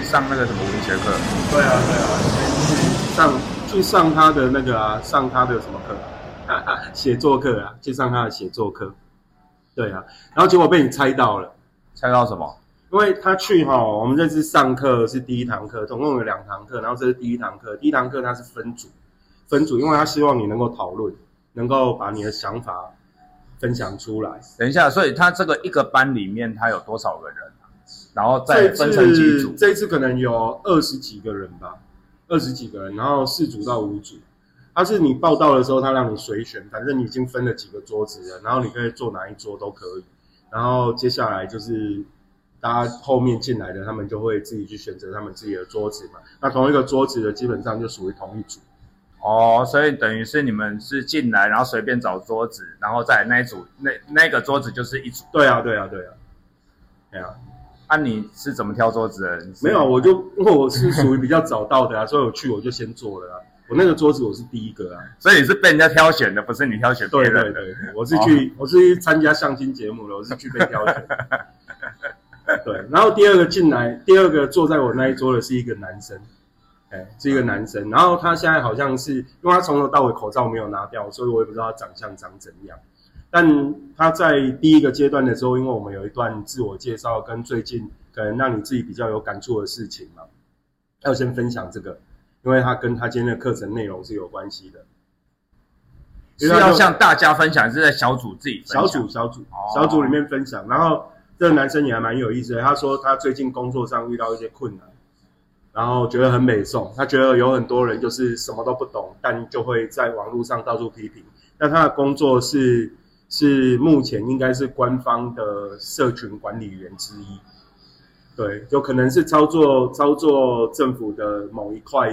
上那个什么文学课？ 对啊，去上他的那个啊，上他的什么课写作课啊，去上他的写作课。对啊，然后结果被你猜到了。 猜到什么？ 因为他去我们这次上课是第一堂课，总共有2堂课，然后这是第一堂课。第一堂课他是分组，因为他希望你能够讨论，能够把你的想法分享出来。 等一下，所以他这个一个班里面他有多少个人然后再分成几组？ 这一次可能有20几个人吧，20几个人，然后4组到5组。他是你报到的时候，他让你随选，反正你已经分了几个桌子了，然后你可以坐哪一桌都可以。然后接下来就是大家后面进来的，他们就会自己去选择他们自己的桌子嘛。那同一个桌子的基本上就属于同一组。 哦，所以等于是你们是进来，然后随便找桌子，然后再来那一组，那个桌子就是一组。 对啊。 啊，你是怎么挑桌子的？ 没有，因为我是属于比较早到的所以我就先坐了我那个桌子我是第一个所以你是被人家挑选的，不是你挑选别人的。 对，我是去参加相亲节目的，我是去被挑选的。对，然后第二个坐在我那一桌的是一个男生，是一个男生，然后他现在好像是，因为他从头到尾口罩没有拿掉，所以我也不知道他长相长怎样。但他在第一个阶段的时候，因为我们有一段自我介绍跟最近可能让你自己比较有感触的事情嘛，要先分享这个，因为他跟他今天的课程内容是有关系的。 是要向大家分享，还是在小组自己分享？ 小组里面分享。然后这个男生也还蛮有意思的，他说他最近工作上遇到一些困难，然后觉得很美颂，他觉得有很多人就是什么都不懂，但就会在网络上到处批评。那他的工作是目前应该是官方的社群管理员之一，对，就可能是操作政府的某一块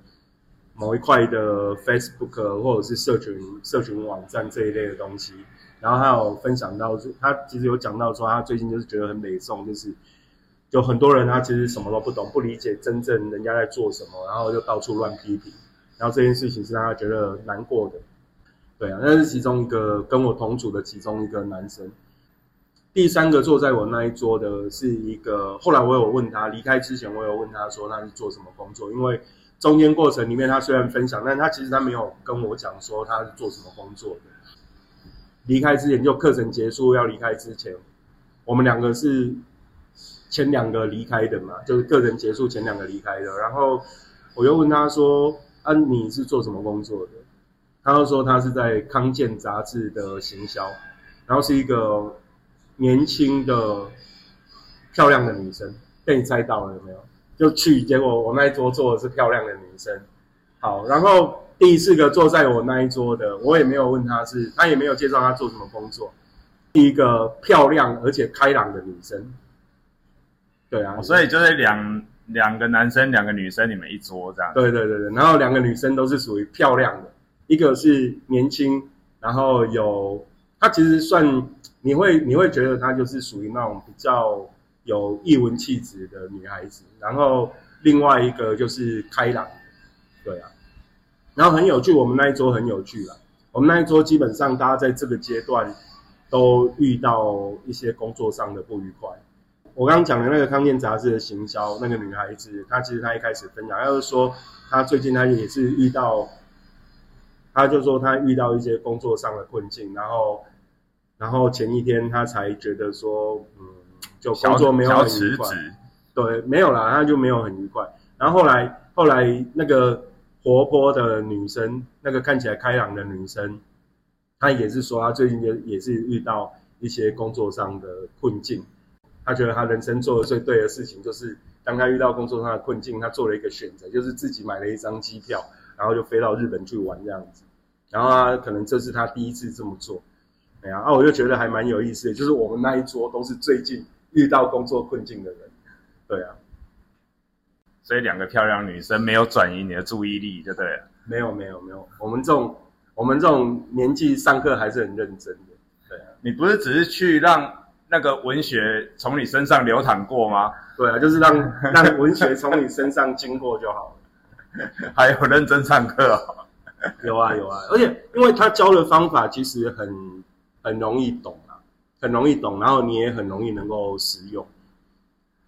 的 Facebook 或者是社群网站这一类的东西。然后他有分享到，他其实有讲到说，他最近就是觉得很美颂，就很多人他其实什么都不懂，不理解真正人家在做什么，然后就到处乱批评，然后这件事情是让他觉得难过的。对啊，那是其中一个跟我同组的其中一个男生。第3个坐在我那一桌的是一个，后来我有问他，离开之前我有问他说他是做什么工作，因为中间过程里面他虽然分享，但他其实他没有跟我讲说他是做什么工作的。离开之前就课程结束要离开之前，我们2个是前2个离开的嘛，就是课程结束前2个离开的。然后我又问他说你是做什么工作的？他就说他是在康健杂志的行销，然后是一个年轻的漂亮的女生。被你猜到了有没有？就结果我那一桌坐的是漂亮的女生。好，然后第4个坐在我那一桌的，我也没有问他也没有介绍他做什么工作。第一个漂亮而且开朗的女生。对啊， 所以就是两个男生2个女生，你们一桌这样。 对，然后2个女生都是属于漂亮的，一个是年轻，然后她其实算你会觉得她就是属于那种比较有艺文气质的女孩子，然后另外一个就是开朗的。对啊，然后很有趣，我们那一桌很有趣啦。我们那一桌基本上大家在这个阶段都遇到一些工作上的不愉快。我刚刚讲的那个康健杂志的行销那个女孩子，她其实她一开始分享，她就说她最近她也是她就说她遇到一些工作上的困境，然后前一天她才觉得说就工作没有很愉快。对，没有啦，她就没有很愉快。然后后来那个活泼的女生，那个看起来开朗的女生，她也是说她最近也是遇到一些工作上的困境。她觉得她人生做的最对的事情就是当她遇到工作上的困境，她做了一个选择，就是自己买了一张机票，然后就飞到日本去玩这样子。然后她可能这是她第一次这么做。我就觉得还蛮有意思的，就是我们那一桌都是最近遇到工作困境的人。对啊， 所以2个漂亮女生没有转移你的注意力就对了。 没有，我们这种年纪上课还是很认真的。对啊， 你不是只是去让那个文学从你身上流淌过吗？ 对啊，就是让文学从你身上经过就好了。 还有认真上课哦。 有啊，而且因为他教的方法其实很容易懂啊，很容易懂，然后你也很容易能够实用。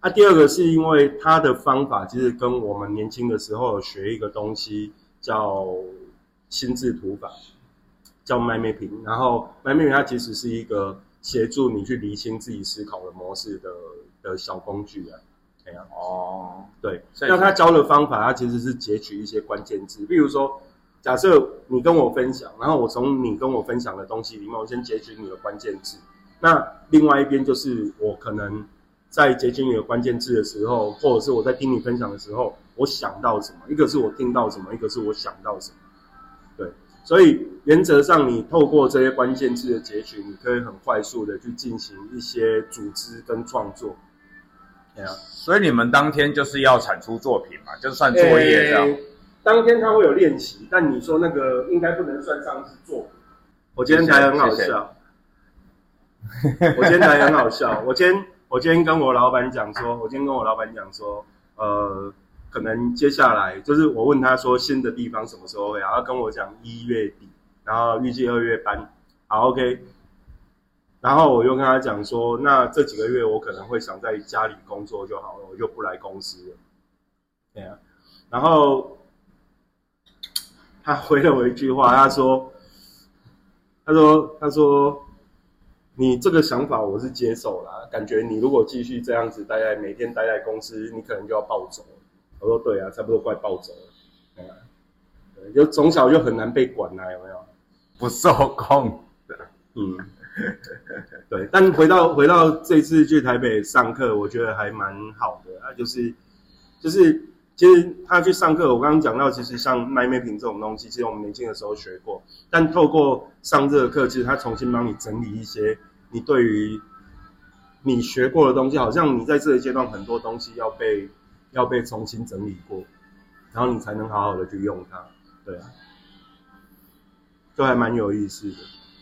第二个是因为他的方法其实跟我们年轻的时候有学一个东西叫心智图法，叫 mind mapping。然后 mind mapping 它其实是一个协助你去厘清自己思考的模式的小工具啊。对，那他教的方法，他其实是截取一些关键字，比如说，假设你跟我分享，然后我从你跟我分享的东西里面，我先截取你的关键字。那另外一边就是我可能在截取你的关键字的时候，或者是我在听你分享的时候，我想到什么？一个是我听到什么，一个是我想到什么。对，所以原则上，你透过这些关键字的截取，你可以很快速的去进行一些组织跟创作。 所以你们当天就是要产出作品嘛，就算作业这样。 当天他会有练习，但你说那个应该不能算上是作品。我今天才很好笑，我今天才很好笑。我今天跟我老板讲说，可能接下来就是我问他说新的地方什么时候会，然后跟我讲1月底，然后预计2月搬，好 OK。然后我又跟他讲说，那这几个月我可能会想在家里工作就好了，我就不来公司了。对啊，然后他回了我一句话，他说你这个想法我是接受啦，感觉你如果继续这样子每天待在公司，你可能就要暴走了。我说对啊，差不多快暴走了。对啊，就从小就很难被管啊，有没有？ 不受控。 对，但回到这次去台北上课，我觉得还蛮好的啊，就是其实他去上课，我刚刚讲到，其实像 mind mapping 这种东西，其实我们年轻的时候学过，但透过上这个课，其实他重新帮你整理一些你对于你学过的东西，好像你在这个阶段很多东西要被重新整理过，然后你才能好好的去用它。对啊，就还蛮有意思的。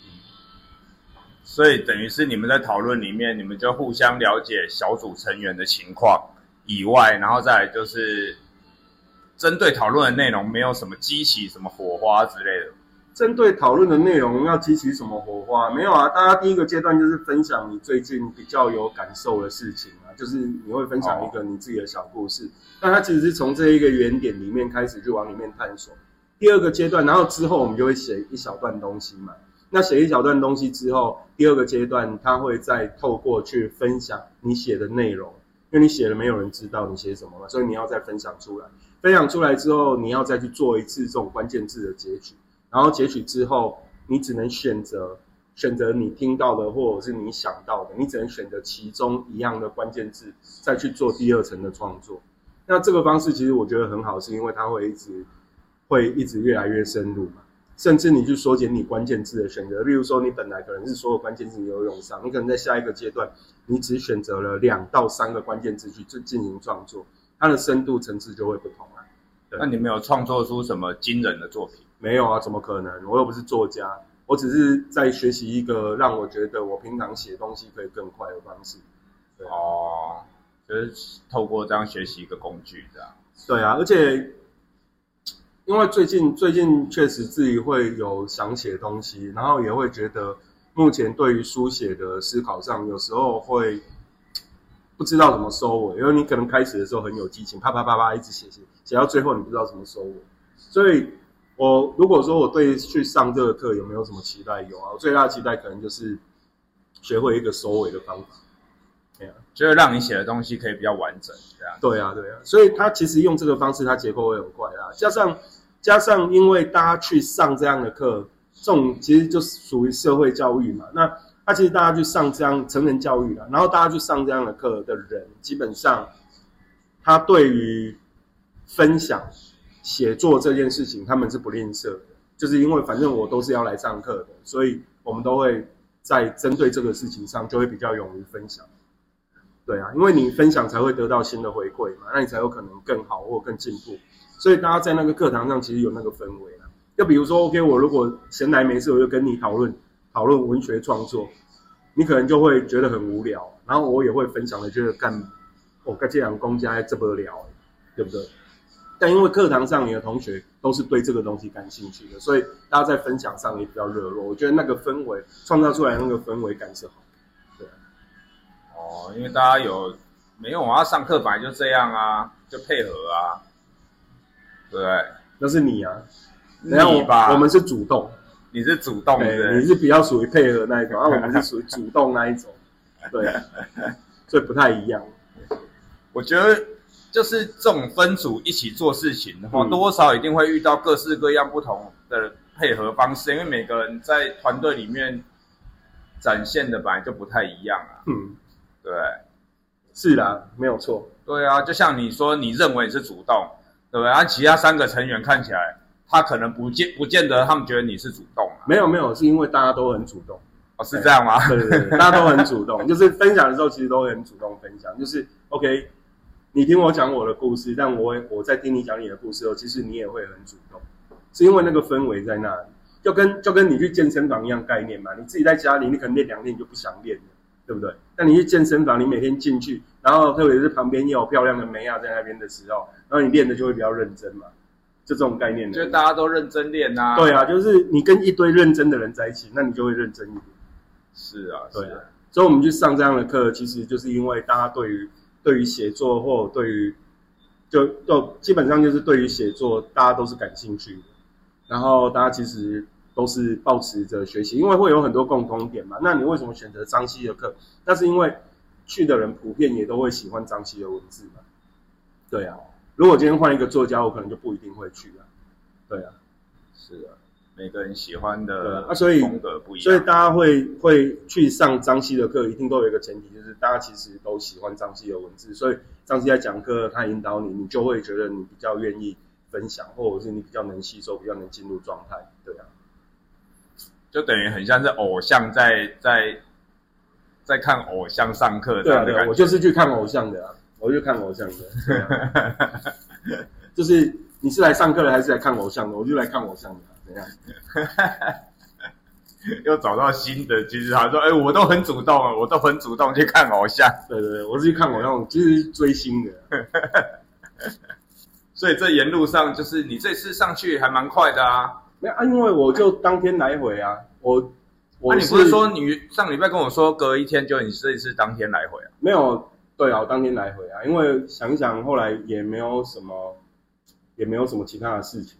所以等于是你们在讨论里面，你们就互相了解小组成员的情况以外，然后再来就是针对讨论的内容，没有什么激起什么火花之类的。 针对讨论的内容要激起什么火花？没有啊，大家第一个阶段就是分享你最近比较有感受的事情啊，就是你会分享一个你自己的小故事。那它其实是从这一个原点里面开始就往里面探索。第二个阶段，然后之后我们就会写一小段东西嘛。那写一小段东西之后，第二个阶段他会再透过去分享你写的内容，因为你写了没有人知道你写什么嘛，所以你要再分享出来。分享出来之后，你要再去做一次这种关键字的截取，然后截取之后，你只能选择你听到的或者是你想到的，你只能选择其中一样的关键字，再去做第二层的创作。那这个方式其实我觉得很好，是因为它会一直越来越深入嘛。甚至你去缩减你关键字的选择，例如说你本来可能是所有关键字你都用上，你可能在下一个阶段你只选择了2到3个关键字去进行创作，它的深度层次就会不同啊。 那你们有创作出什么惊人的作品？ 没有啊，怎么可能？我又不是作家，我只是在学习一个让我觉得我平常写东西可以更快的方式。对就是透过这样学习一个工具这样。 对啊，而且因为最近确实自己会有想写东西，然后也会觉得目前对于书写的思考上，有时候会不知道怎么收尾，因为你可能开始的时候很有激情，啪啪啪啪一直写到最后你不知道怎么收尾。所以如果说我对去上这个课有没有什么期待？有啊，我最大的期待可能就是学会一个收尾的方法。 就是让你写的东西可以比较完整，这样。 对啊，所以他其实用这个方式，他结构会很快啊。加上，因为大家去上这样的课，这种其实就属于社会教育嘛。那他其实大家去上这样成人教育啦，然后大家去上这样的课的人，基本上他对于分享、写作这件事情，他们是不吝啬的。就是因为反正我都是要来上课的，所以我们都会在针对这个事情上，就会比较勇于分享。对啊，因为你分享才会得到新的回馈嘛，那你才有可能更好或更进步。所以大家在那个课堂上其实有那个氛围啦。就比如说 OK， 我如果闲来没事，我就跟你讨论文学创作，你可能就会觉得很无聊，然后我也会分享的觉得我这样公家这么聊，对不对？但因为课堂上你的同学都是对这个东西感兴趣的，所以大家在分享上也比较热络。我觉得那个氛围创造出来的那个氛围感是好。 因为大家没有啊，上课本来就这样啊，就配合啊，对不对？ 那是你啊， 你吧， 我们是主动， 你是主动的， 你是比较属于配合那一种，我们是属于主动那一种，对，所以不太一样。 我觉得就是这种分组一起做事情的话，多少一定会遇到各式各样不同的配合方式，因为每个人在团队里面展现的本来就不太一样啊。对， 是啦，没有错。 对啊，就像你说，你认为你是主动，对不对？啊，其他3个成员看起来，他可能不见得他们觉得你是主动啊。 没有，是因为大家都很主动。 哦，是这样吗？ 对，大家都很主动，就是分享的时候其实都很主動分享，就是 OK， 你听我讲我的故事，但我在听你讲你的故事后，其实你也会很主动，是因为那个氛围在那里，就跟你去健身房一样概念嘛。你自己在家里，你可能练2天你就不想练了，对不对？但你去健身房，你每天进去，然后特别是旁边又有漂亮的妹在那边的时候，然后你练的就会比较认真嘛，就这种概念。 就大家都认真练啊。 对啊，就是你跟一堆认真的人在一起，那你就会认真一点。 是啊， 对啊，所以我们去上这样的课，其实就是因为大家对于写作或对于就基本上就是对于写作大家都是感兴趣的，然后大家其实都是抱持着学习，因为会有很多共同点嘛。那你为什么选择张西的课？那是因为去的人普遍也都会喜欢张西的文字嘛。对啊，如果今天换一个作家，我可能就不一定会去了。对啊， 是啊。每个人喜欢的风格不一样， 所以大家会去上张西的课，一定都有一个前提，就是大家其实都喜欢张西的文字，所以张西在讲课，他引导你，你就会觉得你比较愿意分享，或者是你比较能吸收，比较能进入状态，对啊， 就等于很像是偶像在看偶像上课这样的感觉。 对啊，我就是去看偶像的啊，我就看偶像的，对啊就是你是来上课的还是来看偶像的？我就来看偶像的。怎样？ 又找到新的，其实他说：“我都很主动啊，我都很主动去看偶像。” 对，我是去看偶像，其实是追星的。 所以这沿路上，就是你这次上去还蛮快的啊。 没有啊，因为我就当天来回啊。 你不是说你上礼拜跟我说隔一天就你这一次当天来回啊？ 没有，对啊，我当天来回啊，因为想一想，后来也没有什么其他的事情。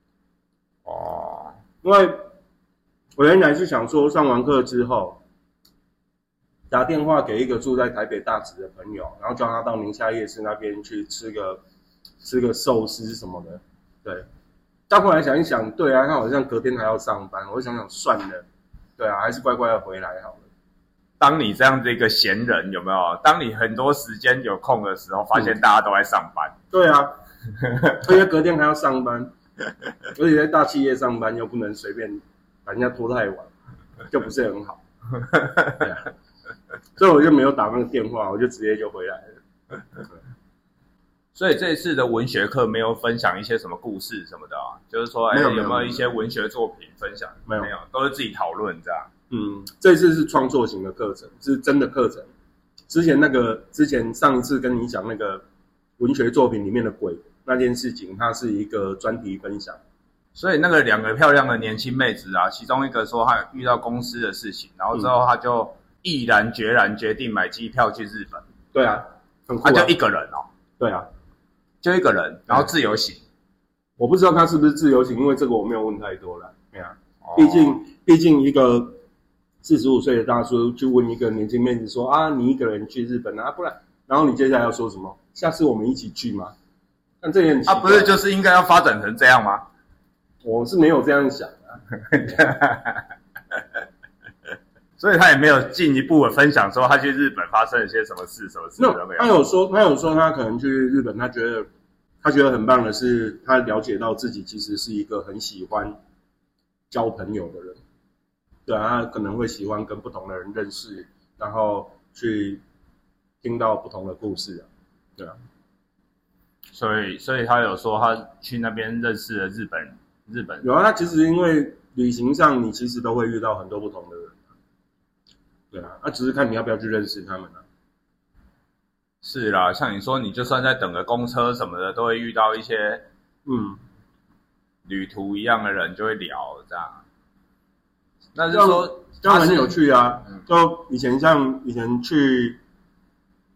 因为我原来是想说，上完课之后打电话给一个住在台北大直的朋友，然后叫他到宁夏夜市那边去吃个寿司什么的。对，但后来想一想，对啊，他好像隔天还要上班，我就想想算了，对啊，还是乖乖的回来好了。 当你这样的一个闲人，有没有？当你很多时间有空的时候，发现大家都在上班。 对啊，而且隔天还要上班。而且在大企业上班又不能随便把人家拖太晚，就不是很好。对啊，所以我就没有打那个电话，我就直接就回来了。 所以这一次的文学课没有分享一些什么故事什么的啊，就是说，有没有一些文学作品分享？没有，都是自己讨论这样。 这次是创作型的课程，是真的课程。之前上一次跟你讲那个文学作品里面的鬼。那件事情，它是一个专题分享， 所以那个2个漂亮的年轻妹子啊，其中一个说她遇到公司的事情，然后之后她就毅然决然决定买机票去日本。 对啊，很酷啊， 她就一个人哦。 对啊， 就一个人，然后自由行。 我不知道她是不是自由行，因为这个我没有问太多了。对啊，毕竟一个45岁的大叔去问一个年轻妹子说啊，你一个人去日本啊，不然，然后你接下来要说什么？下次我们一起去吗？但这也很奇怪， 不是就是应该要发展成这样吗？ 我是没有这样想啊。 所以他也没有进一步的分享说他去日本发生了些什么事都没有。 他有说他可能去日本，他觉得很棒的是，他了解到自己其实是一个很喜欢交朋友的人。对啊，他可能会喜欢跟不同的人认识，然后去听到不同的故事啊。对啊。 所以他有说他去那边认识了日本有啊，他其实因为旅行上你其实都会遇到很多不同的人，对啊，只是看你要不要去认识他们啊。 是啦，像你说，你就算在等个公车什么的，都会遇到一些旅途一样的人，就会聊这样。那就是说， 这样很有趣啊。就以前去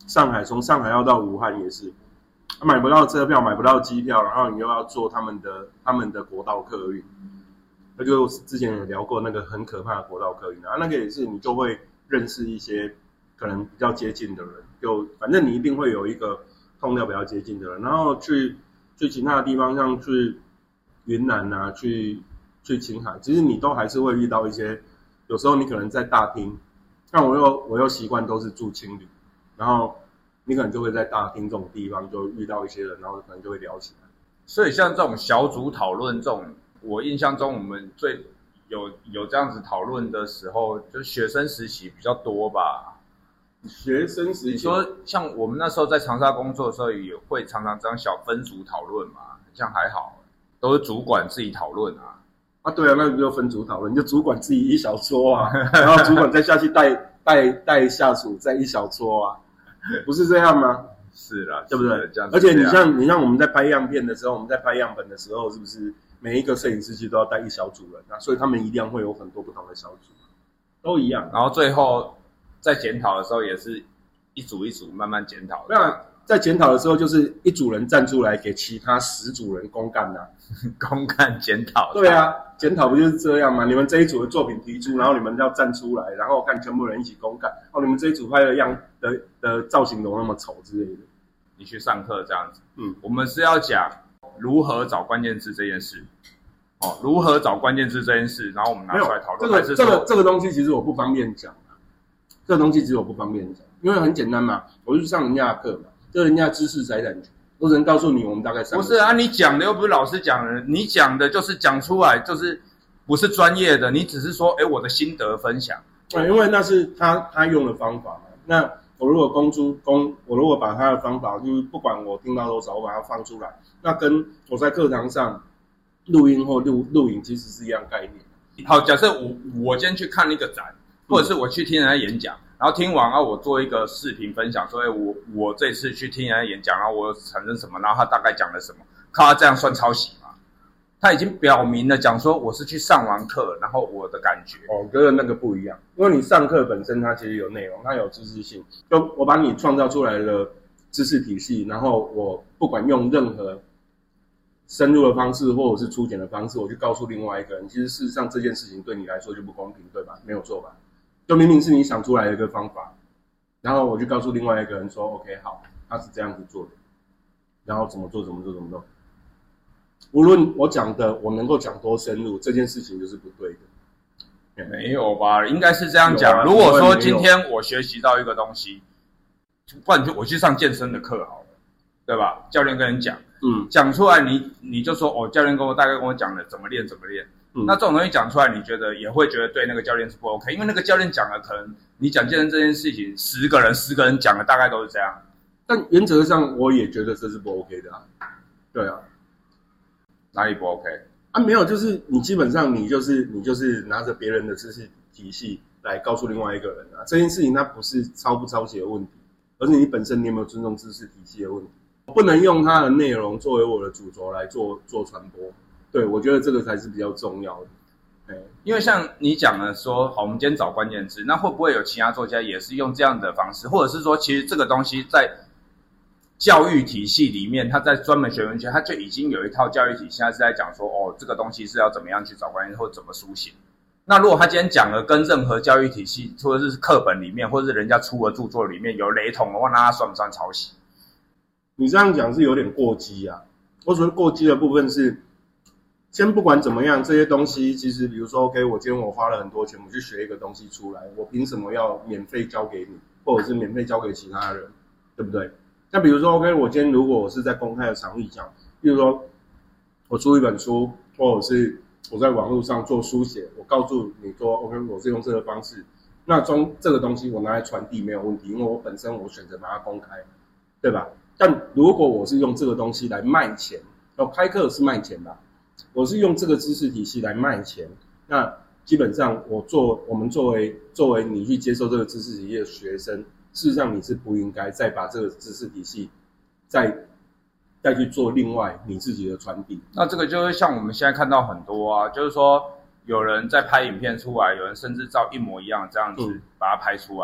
上海，从上海要到武汉也是，买不到车票，买不到机票，然后你又要坐他们的国道客运，那就之前有聊过那个很可怕的国道客运啊，那个也是你就会认识一些可能比较接近的人，就反正你一定会有一个痛调比较接近的人，然后去其他的地方，像去云南啊，去青海，其实你都还是会遇到一些，有时候你可能在大厅，但我又习惯都是住青旅，然后你可能就会在大厅这种地方就遇到一些人，然后可能就会聊起来。 所以像这种小组讨论这种，我印象中我们最有这样子讨论的时候，就是学生时期比较多吧。 学生时期， 你说像我们那时候在长沙工作的时候，也会常常这样小分组讨论嘛，像还好，都是主管自己讨论啊。 啊，对啊，那就分组讨论，你就主管自己一小撮啊，然后主管再下去带下属再一小撮啊，不是这样吗？ 是啦， 对不对？ 这样而且你像我们在拍样片的时候，我们在拍样本的时候，是不是每一个摄影师其实都要带一小组人啊？所以他们一定会有很多不同的小组，都一样。 然后最后在检讨的时候，也是一组一组慢慢检讨。 那在检讨的时候，就是一组人站出来给其他10组人公干啊， 公干检讨。 对啊，检讨不就是这样吗？你们这一组的作品提出，然后你们要站出来，然后看全部人一起公干。哦，你们这一组拍的造型怎么那么丑之类的？ 你去上课这样子，我们是要讲如何找关键字这件事。哦，如何找关键字这件事，然后我们拿出来讨论。 这个东西其实我不方便讲啊，这个东西其实我不方便讲，因为很简单嘛，我就去上人家的课嘛，这人家知识财产权，我只能告诉你我们大概上。 不是啊，你讲的又不是老师讲的，你讲的就是讲出来就是不是专业的，你只是说，我的心得分享。 因为那是他用的方法嘛。那我如果我如果把他的方法，就是不管我听到多少，我把它放出来，那跟我在课堂上录音或录影其实是一样概念。 好，假设我今天去看一个展，或者是我去听人家演讲，然后听完我做一个视频分享，说我这次去听人家演讲，然后我产生什么，然后他大概讲了什么，看他这样算抄袭吗？他已经表明了讲说我是去上完课，然后我的感觉。 我觉得那个不一样，因为你上课本身它其实有内容，它有知识性，就我把你创造出来的知识体系，然后我不管用任何深入的方式或者是粗简的方式，我去告诉另外一个人，其实事实上这件事情对你来说就不公平，对吧？没有错吧？就明明是你想出来的一个方法，然后我去告诉另外一个人说 OK 好，他是这样子做的，然后怎么做。无论我讲的我能够讲多深入，这件事情就是不对的。 没有吧？应该是这样讲。如果说今天我学习到一个东西，不然我去上健身的课好了，对吧？教练跟你讲，讲出来你就说教练大概跟我讲了怎么练。那这种东西讲出来，你也会觉得对那个教练是不 OK， 因为那个教练讲了，可能你讲健身这件事情，10个人讲的大概都是这样。 但原则上我也觉得这是不 OK 的啊。对啊。 哪里不 OK 啊？没有，就是你基本上你就是拿着别人的知识体系来告诉另外一个人啊，这件事情它不是抄不抄袭的问题，而是你本身你有没有尊重知识体系的问题。我不能用它的内容作为我的主轴来做传播，对，我觉得这个才是比较重要的。 因为像你讲的说，好，我们今天找关键字，那会不会有其他作家也是用这样的方式，或者是说，其实这个东西在教育体系里面，他在专门学文学，他就已经有一套教育体系，他是在讲说，这个东西是要怎么样去找关键或者怎么书写。那如果他今天讲了跟任何教育体系或者是课本里面，或者是人家出的著作里面有雷同的话，那他算不算抄袭？ 你这样讲是有点过激啊。我所谓过激的部分是，先不管怎么样，这些东西其实，比如说 ，OK， 我今天我花了很多钱，我去学一个东西出来，我凭什么要免费教给你，或者是免费教给其他人，对不对？那比如说 ，OK， 我今天如果我是在公开的场域讲，比如说我出一本书，或者是我在网络上做书写，我告诉你说 ，OK， 我是用这个方式，那这个东西我拿来传递没有问题，因为我本身我选择把它公开，对吧？但如果我是用这个东西来卖钱，开课是卖钱吧？我是用这个知识体系来卖钱，那基本上我们作为你去接受这个知识体系的学生。事实上，你是不应该再把这个知识体系再去做另外你自己的传递。 那这个就是像我们现在看到很多啊，就是说有人在拍影片出来，有人甚至照一模一样这样子把它拍出来。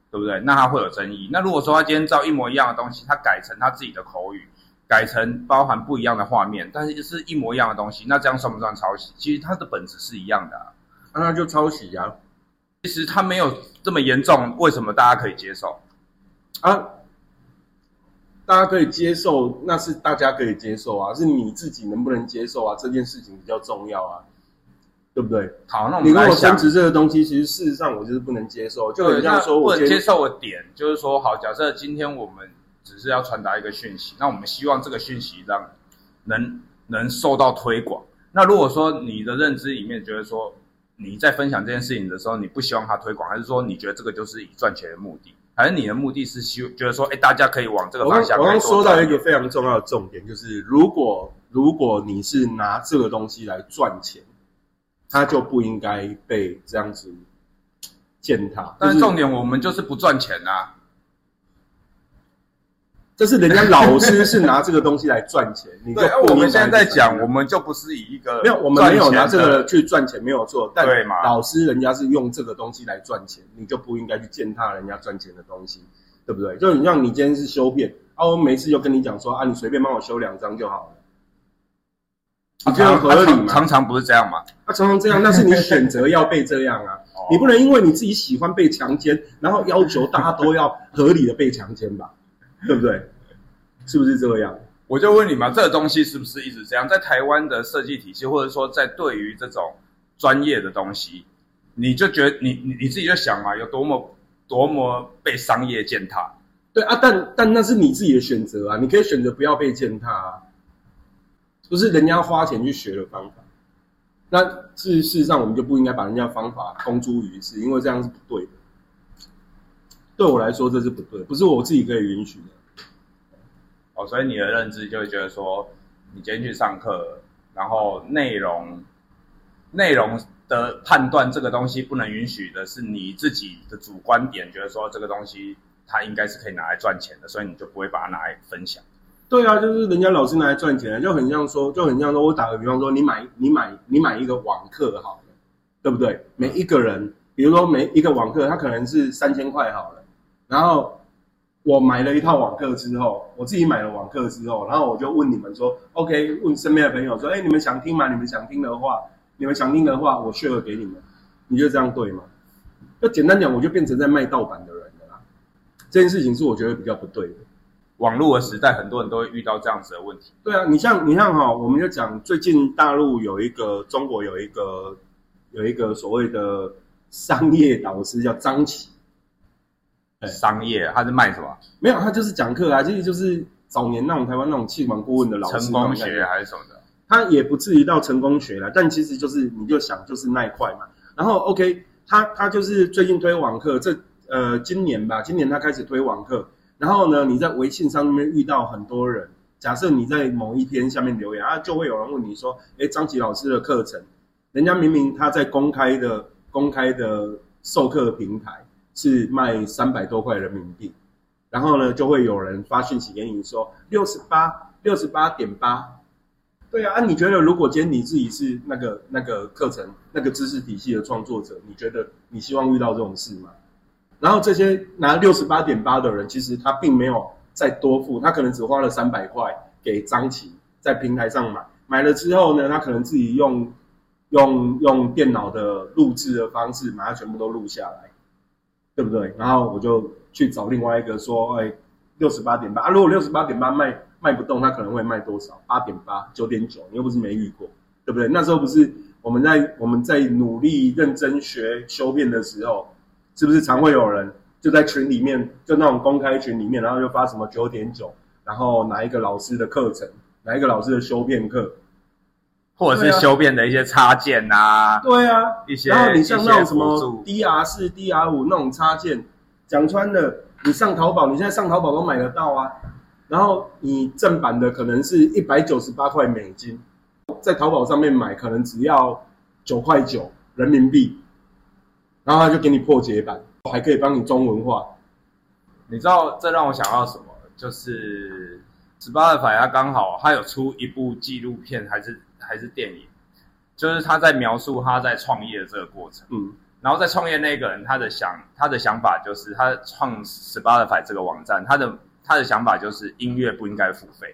对不对？那他会有争议。那如果说他今天照一模一样的东西，他改成他自己的口语，改成包含不一样的画面，但是是一模一样的东西，那这样算不算抄袭？其实它的本质是一样的啊。 那就抄袭啊。 其实它没有这么严重，为什么大家可以接受啊？大家可以接受，那是大家可以接受啊，是你自己能不能接受啊？这件事情比较重要啊，对不对？ 好，那我你跟我们来想争执这个东西，其实事实上我就是不能接受，就很像说不我能接受的点就是说，好，假设今天我们只是要传达一个讯息，那我们希望这个讯息让能受到推广。那如果说你的认知里面觉得说你在分享这件事情的时候，你不希望它推广，还是说你觉得这个就是以赚钱的目的，还是你的目的是觉得说，大家可以往这个方向？ 我刚说到一个非常重要的重点，就是如果你是拿这个东西来赚钱，它就不应该被这样子践踏。 但是重点，我们就是不赚钱啊。 这是人家老师是拿这个东西来赚钱，你就对，我们现在在讲，我们就不是以一个没有，我们没有拿这个去赚钱，没有错。但对嘛， 老师人家是用这个东西来赚钱，你就不应该去践踏人家赚钱的东西，对不对？就你像你今天是修片，我每次就跟你讲说你随便帮我修2张就好了，你这样合理吗？ 常常不是这样嘛？ 常常这样，那是你选择要被这样啊。你不能因为你自己喜欢被强奸，然后要求大家都要合理的被强奸吧？对不对？是不是这样？ 我就问你嘛，这个东西是不是一直这样？在台湾的设计体系，或者说在对于这种专业的东西，你就觉得你自己就想嘛，有多么被商业践踏？ 对啊，但那是你自己的选择啊，你可以选择不要被践踏啊，不是人家花钱去学的方法。那事实上，我们就不应该把人家方法公诸于世，因为这样是不对的。对我来说，这是不对，不是我自己可以允许的。 所以你的认知就会觉得说，你今天去上课，然后内容的判断，这个东西不能允许的是你自己的主观点，觉得说这个东西它应该是可以拿来赚钱的，所以你就不会把它拿来分享。 对啊，就是人家老师拿来赚钱，就很像说，我打个比方说，你买一个网课好了，对不对？每一个人，比如说每一个网课，它可能是3000块好了，然后我买了一套网课之后，我自己买了网课之后，然后我就问你们说 ，OK， 问身边的朋友说，你们想听吗？你们想听的话，我 share 给你们，你觉得这样对吗？就简单讲，我就变成在卖盗版的人了啦。这件事情是我觉得比较不对的。 网络的时代，很多人都会遇到这样子的问题。 对啊，你像我们就讲最近大陆中国有一个所谓的商业导师叫张琪。 商业，他是卖什么？ 没有，他就是讲课啊，其实就是早年那种台湾那种企管顾问的老师， 成功学还是什么的。 他也不至于到成功学啦，但其实就是你就想就是那一块嘛。然后 OK， 他就是最近推网课，今年他开始推网课。然后呢，你在微信上面遇到很多人，假设你在某一篇下面留言就会有人问你说，张琪老师的课程，人家明明他在公开的授课平台是卖300多块人民币，然后呢，就会有人发讯息给你说68.8，对啊，你觉得如果今天你自己是那个课程那个知识体系的创作者，你觉得你希望遇到这种事吗？然后这些拿68.8的人，其实他并没有再多付，他可能只花了300块给张琪在平台上买了之后呢，他可能自己用电脑的录制的方式把它全部都录下来，对不对？然后我就去找另外一个说，68.8如果68.8卖不动，他可能会卖多少？8.8、9.9，你又不是没遇过，对不对？那时候不是我们在努力认真学修片的时候，是不是常会有人就在群里面，就那种公开群里面，然后就发什么9.9，然后哪一个老师的课程，哪一个老师的修片课， 或者是修片的一些插件啊， 对啊， 一些， 然后你像那种什么 DR4、DR5 那种插件，讲穿了，你上淘宝，你现在上淘宝都买得到啊。然后你正版的可能是198块美金，在淘宝上面买可能只要9.9块人民币，然后他就给你破解版，还可以帮你中文化。 你知道这让我想到什么？就是Spotify它刚好它有出一部纪录片还是电影，就是他在描述他在创业的这个过程。 然后在创业那个人他的想法就是他创 Spotify 这个网站，他的想法就是音乐不应该付费。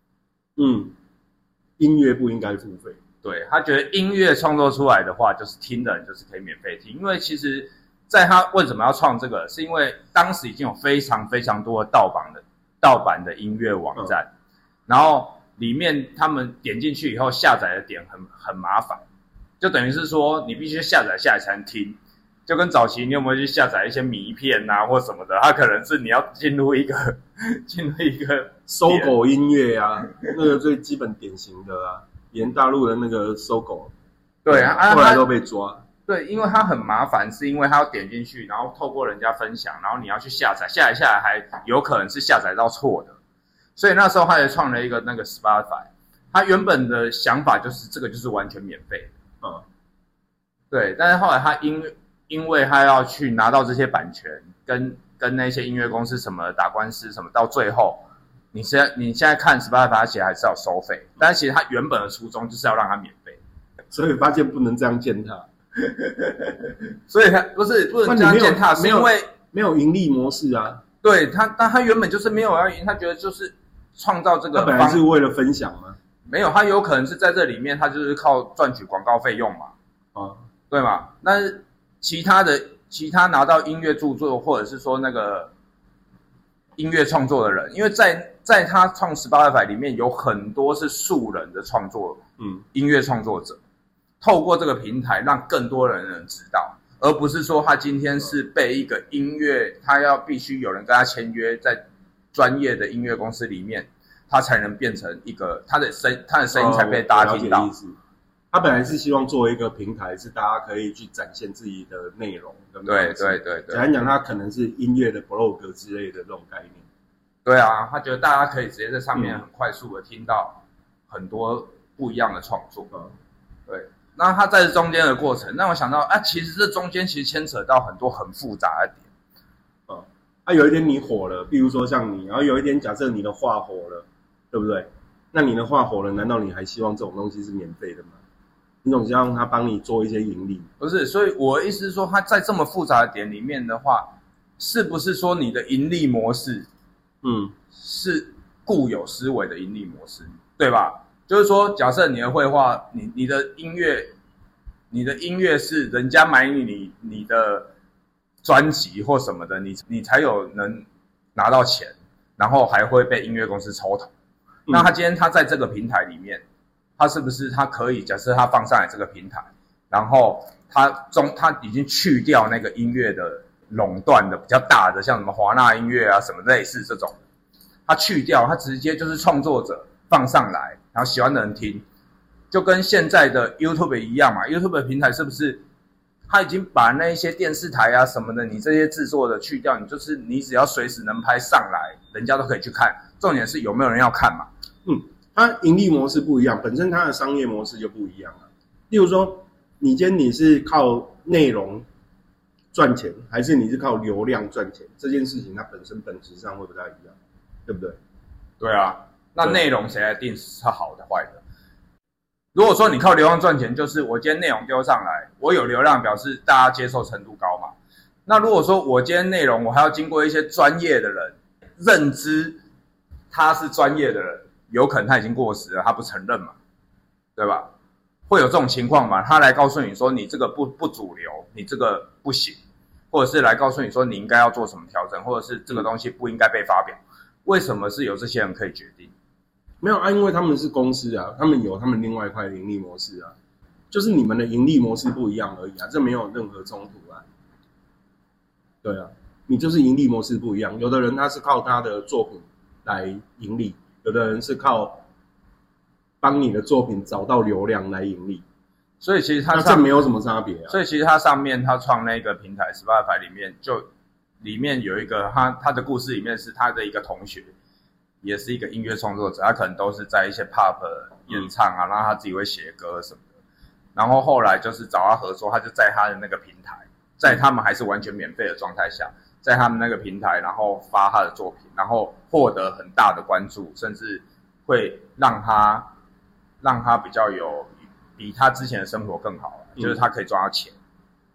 音乐不应该付费。 对，他觉得音乐创作出来的话，就是听的人就是可以免费听，因为其实在他为什么要创这个，是因为当时已经有非常非常多的盗版的音乐网站，然后里面他们点进去以后下载的点很麻烦，就等于是说你必须下载下来才能听，就跟早期你有没有去下载一些迷片啊或什么的，它可能是你要进入一个搜狗音乐啊，那个最基本典型的啊，连大陆的那个搜狗， 对啊， 后来都被抓。 对，因为它很麻烦，是因为它要点进去，然后透过人家分享，然后你要去下载，下来还有可能是下载到错的，所以那时候他也创了一个那个 Spotify， 他原本的想法就是这个就是完全免费的，对，但是后来他因为他要去拿到这些版权，跟那些音乐公司什么打官司什么，到最后你现在看 Spotify 其实还是要收费，但是其实他原本的初衷就是要让它免费， 所以发现不能这样践踏。 所以他不能这样践踏，是因为没有盈利模式啊。 对他原本就是没有要赢，他觉得就是创造这个。 他本来是为了分享吗？ 没有，他有可能是在这里面，他就是靠赚取广告费用嘛。对嘛？那其他拿到音乐著作或者是说那个音乐创作的人，因为在他创 Spotify 里面有很多是素人的创作，音乐创作者。透过这个平台让更多人能知道，而不是说他今天是被一个音乐，他要必须有人跟他签约，在专业的音乐公司里面，他才能变成一个他的声音才被大家听到。 他本来是希望作为一个平台，是大家可以去展现自己的内容。 对。 简单讲，他可能是音乐的 blog 之类的这种概念。 对啊，他觉得大家可以直接在上面很快速的听到很多不一样的创作。对。那他在这中间的过程，让我想到其实这中间其实牵扯到很多很复杂的点。 有一天你火了，比如说像你，然后有一天假设你的画火了，对不对？那你的画火了，难道你还希望这种东西是免费的吗？你总希望他帮你做一些盈利。 不是，所以我的意思是说，他在这么复杂的点里面的话，是不是说你的盈利模式，是固有思维的盈利模式，对吧？就是说，假设你的绘画，你的音乐是人家买你的专辑或什么的，你才有能拿到钱，然后还会被音乐公司抽头。那他今天他在这个平台里面，他是不是他可以假设他放上来这个平台，然后他已经去掉那个音乐的垄断的比较大的，像什么华纳音乐啊什么类似这种，他去掉，他直接就是创作者放上来，然后喜欢的人听，就跟现在的 YouTube 一样嘛。YouTube 的平台是不是他已经把那些电视台啊什么的，你这些制作的去掉，你只要随时能拍上来，人家都可以去看。重点是有没有人要看嘛？ 它盈利模式不一样，本身它的商业模式就不一样了。例如说，今天你是靠内容赚钱，还是你是靠流量赚钱？这件事情它本质上会不太一样，对不对？ 对啊，那内容谁来定是好的坏的？如果说你靠流量赚钱，就是我今天内容丢上来，我有流量表示大家接受程度高嘛。那如果说我今天内容我还要经过一些专业的人认知他是专业的人，有可能他已经过时了，他不承认嘛，对吧？会有这种情况嘛？他来告诉你说你这个不主流，你这个不行，或者是来告诉你说你应该要做什么调整，或者是这个东西不应该被发表。为什么是有这些人可以决定？ 没有啊，因为他们是公司啊，他们有他们另外一块的盈利模式啊，就是你们的盈利模式不一样而已啊，这没有任何冲突啊。对啊，你就是盈利模式不一样，有的人他是靠他的作品来盈利，有的人是靠帮你的作品找到流量来盈利， 所以其实这没有什么差别啊。 所以其实他上面他创那个平台 Spotify 里面有一个他的故事里面是他的一个同学，也是一个音乐创作者，他可能都是在一些 pub 演唱啊，然后他自己会写歌什么的，然后后来就是找他合作，他就在他的那个平台，在他们还是完全免费的状态下，在他们那个平台，然后发他的作品，然后获得很大的关注，甚至会让他比较有比他之前的生活更好，就是他可以赚到钱。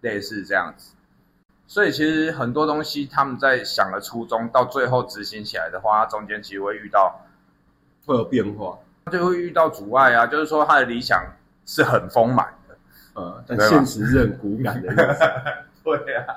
类似这样子。所以其实很多东西他们在想的初衷，到最后执行起来的话，它中间其实会会有变化， 就会遇到阻碍啊。就是说他的理想是很丰满的， 但现实是很骨感的样子。 对啊，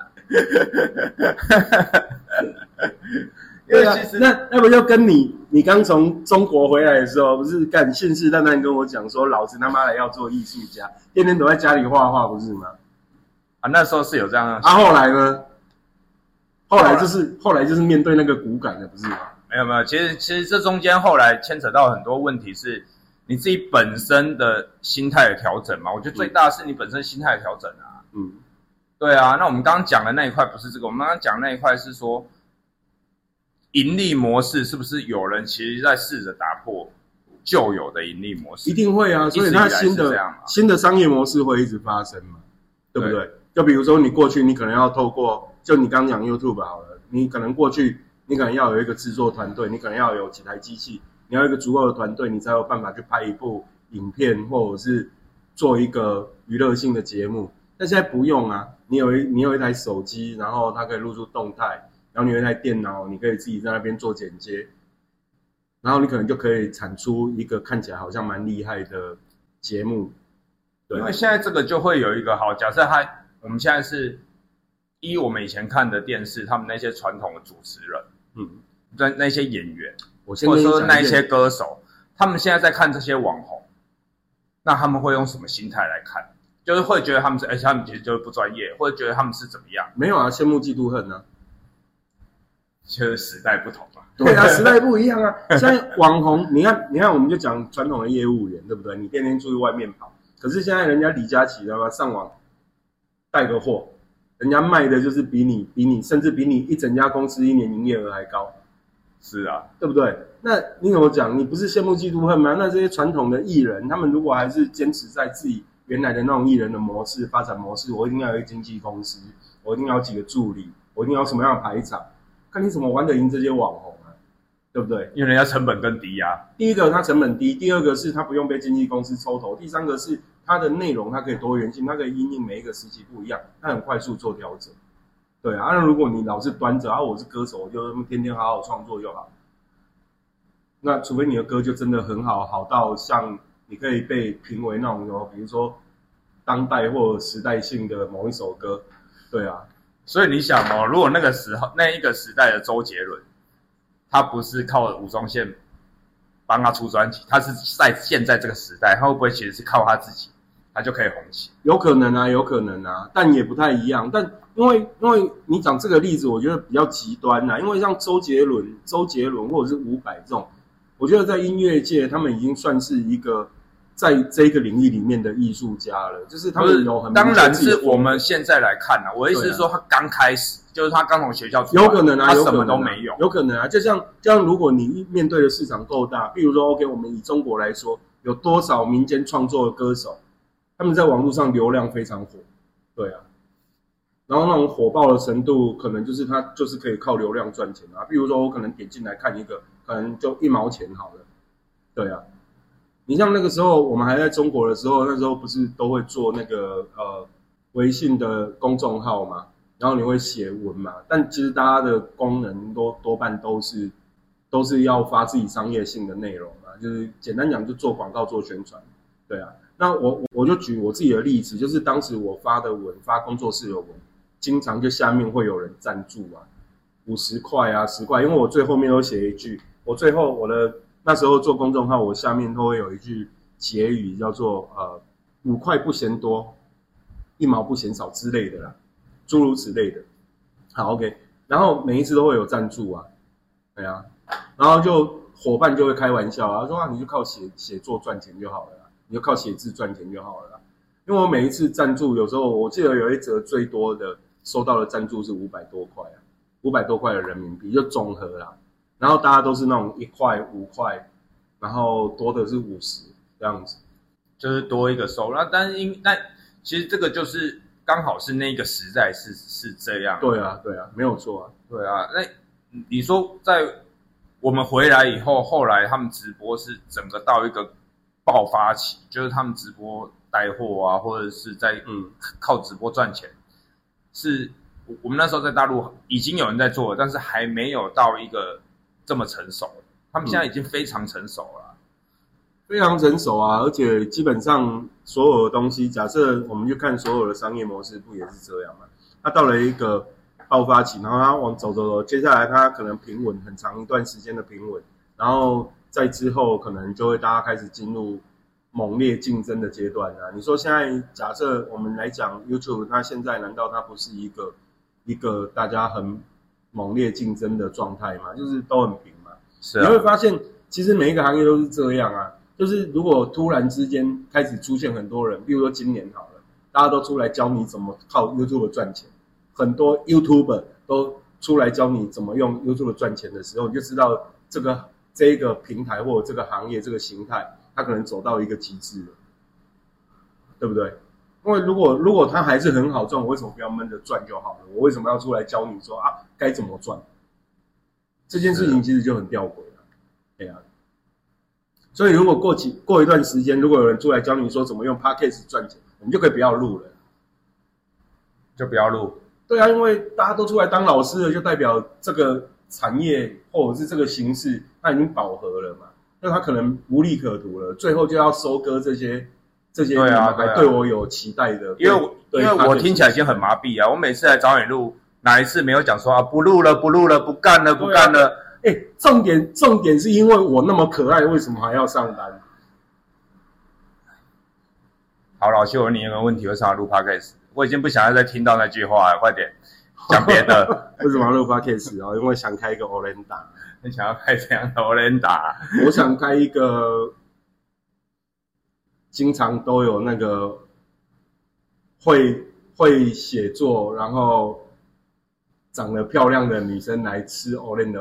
对啊，那不就跟你刚从中国回来的时候，不是干信誓旦旦跟我讲说，老子他妈的要做艺术家，天天都在家里画画，不是吗？ 啊，那时候是有这样的。 后来呢？后来就是面对那个骨感的，不是吗？ 没有，其实这中间后来牵扯到很多问题，是你自己本身的心态的调整嘛。我觉得最大的是你本身心态的调整啊。对啊。那我们刚刚讲的那一块不是这个，我们刚刚讲的那一块是说，盈利模式是不是有人其实在试着打破旧有的盈利模式？ 一定会啊，所以它新的商业模式会一直发生嘛，对不对？就比如说你过去你可能要透过，就你刚讲 YouTube 好了，你可能过去你可能要有一个制作团队，你可能要有几台机器，你要有一个足够的团队，你才有办法去拍一部影片，或者是做一个娱乐性的节目。但现在不用啊，你有一台手机，然后它可以录出动态，然后你有一台电脑，你可以自己在那边做剪接，然后你可能就可以产出一个看起来好像蛮厉害的节目。对， 因为现在这个就会有一个好，假设我们现在是依我们以前看的电视，他们那些传统的主持人，那些演员，或者说那一些歌手，他们现在在看这些网红，那他们会用什么心态来看？就是会觉得他们他们其实就是不专业，或者觉得他们是怎么样？ 没有啊，羡慕嫉妒恨啊， 就是时代不同嘛。 对啊，时代不一样啊。现在网红，你看，我们就讲传统的业务员，对不对？你天天出去外面跑，可是现在人家李佳琦他妈上网带个货，人家卖的就是比你甚至比你一整家公司1年营业额还高。 是啊， 对不对？那你怎么讲？你不是羡慕嫉妒恨吗？那这些传统的艺人，他们如果还是坚持在自己原来的那种艺人的模式、发展模式，我一定要有一个经纪公司，我一定要有几个助理，我一定要有什么样的排场，看你怎么玩得赢这些网红啊，对不对？ 因为人家成本更低啊。 第一个，他成本低；第二个是他不用被经纪公司抽头；第三个是他的内容它可以多元性，它可以因应每一个时期不一样，它很快速做调整。对啊，那如果你老是端着我是歌手，我就天天好好创作就好。那除非你的歌就真的很好，好到像你可以被评为那种比如说当代或时代性的某一首歌。对啊， 所以你想如果那个时候那一个时代的周杰伦，他不是靠吴宗宪帮他出专辑，他是在现在这个时代，他会不会其实是靠他自己，他就可以红起？有可能啊，但也不太一样。但因为你讲这个例子，我觉得比较极端啊。因为像周杰伦或者是伍佰这种，我觉得在音乐界他们已经算是一个在这个领域里面的艺术家了，就是他们有很当然是我们现在来看啊，我的意思是说他刚开始，就是他刚从学校出来， 有可能啊， 他什么都没有， 有可能啊。就像如果你面对的市场够大，比如说 OK， 我们以中国来说，有多少民间创作的歌手，他们在网络上流量非常火，对啊。然后那种火爆的程度，可能就是他就是可以靠流量赚钱啊。比如说我可能点进来看一个，可能就1毛钱好了，对啊。你像那个时候我们还在中国的时候，那时候不是都会做那个微信的公众号嘛，然后你会写文嘛，但其实大家的功能多半都是要发自己商业性的内容嘛，就是简单讲就做广告做宣传，对啊。那我就举我自己的例子，就是当时我发的文，发工作室的文，经常就下面会有人赞助啊，50块啊10块，因为我最后面都写一句，我的那时候做公众号，我下面都会有一句结语，叫做5块不嫌多，1毛不嫌少之类的啦，诸如此类的。好 ，OK， 然后每一次都会有赞助啊，对啊，然后就伙伴就会开玩笑啊，说你就靠写作赚钱就好了啦，你就靠写字赚钱就好了啦。因为我每一次赞助，有时候我记得有一则最多的收到的赞助是500多块啊，500多块的人民币就总和啦。然后大家都是那种1块5块，然后多的是50这样子， 就是多一个收入。但其实这个就是刚好是那个时代是这样。 对啊，没有错啊。 对啊，那你说在我们回来以后，后来他们直播是整个到一个爆发期，就是他们直播带货啊，或者是在靠直播赚钱。 是我们那时候在大陆已经有人在做了，但是还没有到一个这么成熟。他们现在已经非常成熟了， 非常成熟啊！而且基本上所有的东西，假设我们去看所有的商业模式，不也是这样吗？它到了一个爆发期，然后它往走，接下来它可能平稳很长一段时间的平稳，然后在之后可能就会大家开始进入猛烈竞争的阶段啊！你说现在假设我们来讲 YouTube， 它现在难道它不是一个大家很猛烈竞争的状态吗？就是都很平嘛。是啊。你会发现，其实每一个行业都是这样啊。就是如果突然之间开始出现很多人，比如说今年好了，大家都出来教你怎么靠 YouTube 赚钱，很多 YouTuber 都出来教你怎么用 YouTube 赚钱的时候，你就知道这一个平台或者这个行业这个形态，它可能走到一个极致了，对不对？因为如果它还是很好赚，我为什么不要闷着赚就好了？我为什么要出来教你说该怎么赚？这件事情其实就很吊诡了，对啊。所以如果过一段时间，如果有人出来教你说怎么用 Podcast 赚钱，我们就可以不要录了， 就不要录。 对啊，因为大家都出来当老师了，就代表这个产业或者是这个形式，它已经饱和了嘛，那它可能无利可图了，最后就要收割这些还对我有期待的， 因为我听起来已经很麻痹啊！我每次来找你录，哪一次没有讲说不录了，不干了？ 重点是因为我那么可爱，为什么还要上班？ 好，老邱，我问你有没有问题？为什么要录 Podcast？ 我已经不想要再听到那句话了，快点讲别的。 为什么要录 Podcast 啊？因为想开一个 Olenda。 你想要开怎样的 Olenda？ 我想开一个经常都有那个会写作，然后长得漂亮的女生来吃 Olenda。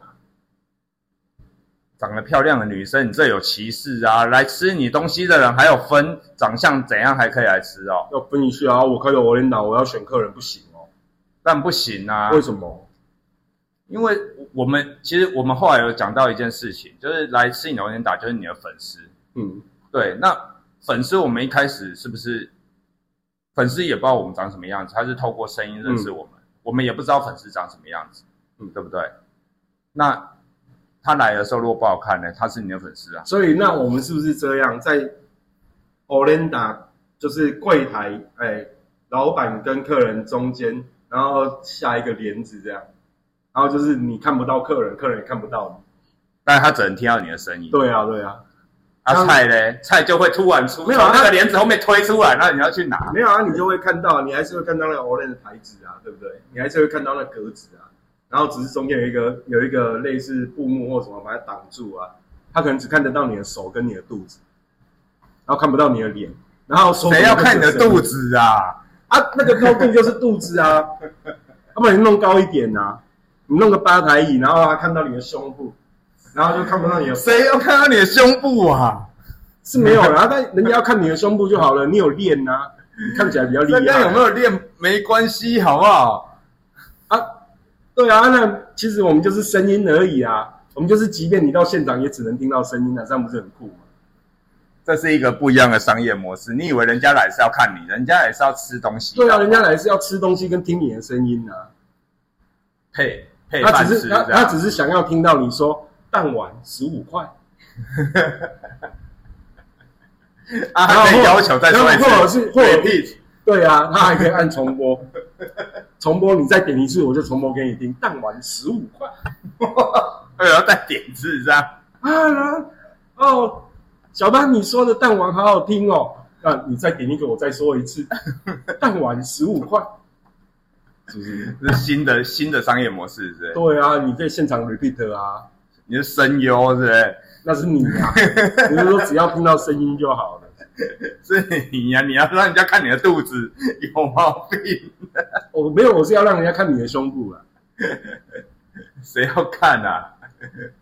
长得漂亮的女生，你这有歧视啊！来吃你东西的人还有分长相怎样还可以来吃哦？ 要分一下啊！我开个 Olenda， 我要选客人不行哦？ 但不行啊！ 为什么？ 因为其实我们后来有讲到一件事情，就是来吃你的 Olenda就是你的粉丝。对，那粉丝我们一开始是不是粉丝也不知道我们长什么样子，他是透过声音认识我们，我们也不知道粉丝长什么样子，对不对？那他来的时候如果不好看呢，他是你的粉丝啊。 所以那我们是不是这样，在 Olenda 就是柜台，老板跟客人中间，然后下一个帘子这样，然后就是你看不到客人，客人也看不到你， 但是他只能听到你的声音。 对啊。 菜嘞，菜就会突然从那个帘子后面推出来，那你要去拿。 没有啊，你就会看到，你还是会看到那个 Olenda 的牌子啊，对不对？你还是会看到那格子啊。然后只是中间有一个类似布幕或什么把它挡住啊，他可能只看得到你的手跟你的肚子，然后看不到你的脸。然后谁要看你的肚子啊？ 那个高度就是肚子啊，要不然你弄高一点啊，你弄个吧台椅，然后他看到你的胸部，然后就看不到你的。 谁要看到你的胸部啊？ 是没有啦，但人家要看你的胸部就好了，你有练啊，你看起来比较厉害。 人家有没有练没关系，好不好？ 对啊，那其实我们就是声音而已啊，我们就是即便你到现场也只能听到声音啊，这样不是很酷吗？ 这是一个不一样的商业模式。你以为人家来是要看你，人家也是要吃东西。 对啊，人家来是要吃东西跟听你的声音啊， 配饭吃。 他只是想要听到你说蛋碗15块。 他可以要求再说一次， 或者是对啊，他还可以按重播。重播你再点一次，我就重播给你听。蛋碗15块， 我要再点一次这样小班你说的蛋碗好好听哦，那你再点一个，我再说一次。蛋碗15块， 是不是？这是新的商业模式，是不是？ 对啊，你可以现场 repeat 啊。 你是声优，是不是？ 那是你啊，你是说只要听到声音就好了。 是你啊，你要让人家看你的肚子有毛病。 我没有，我是要让人家看你的胸部啊。 谁要看啊？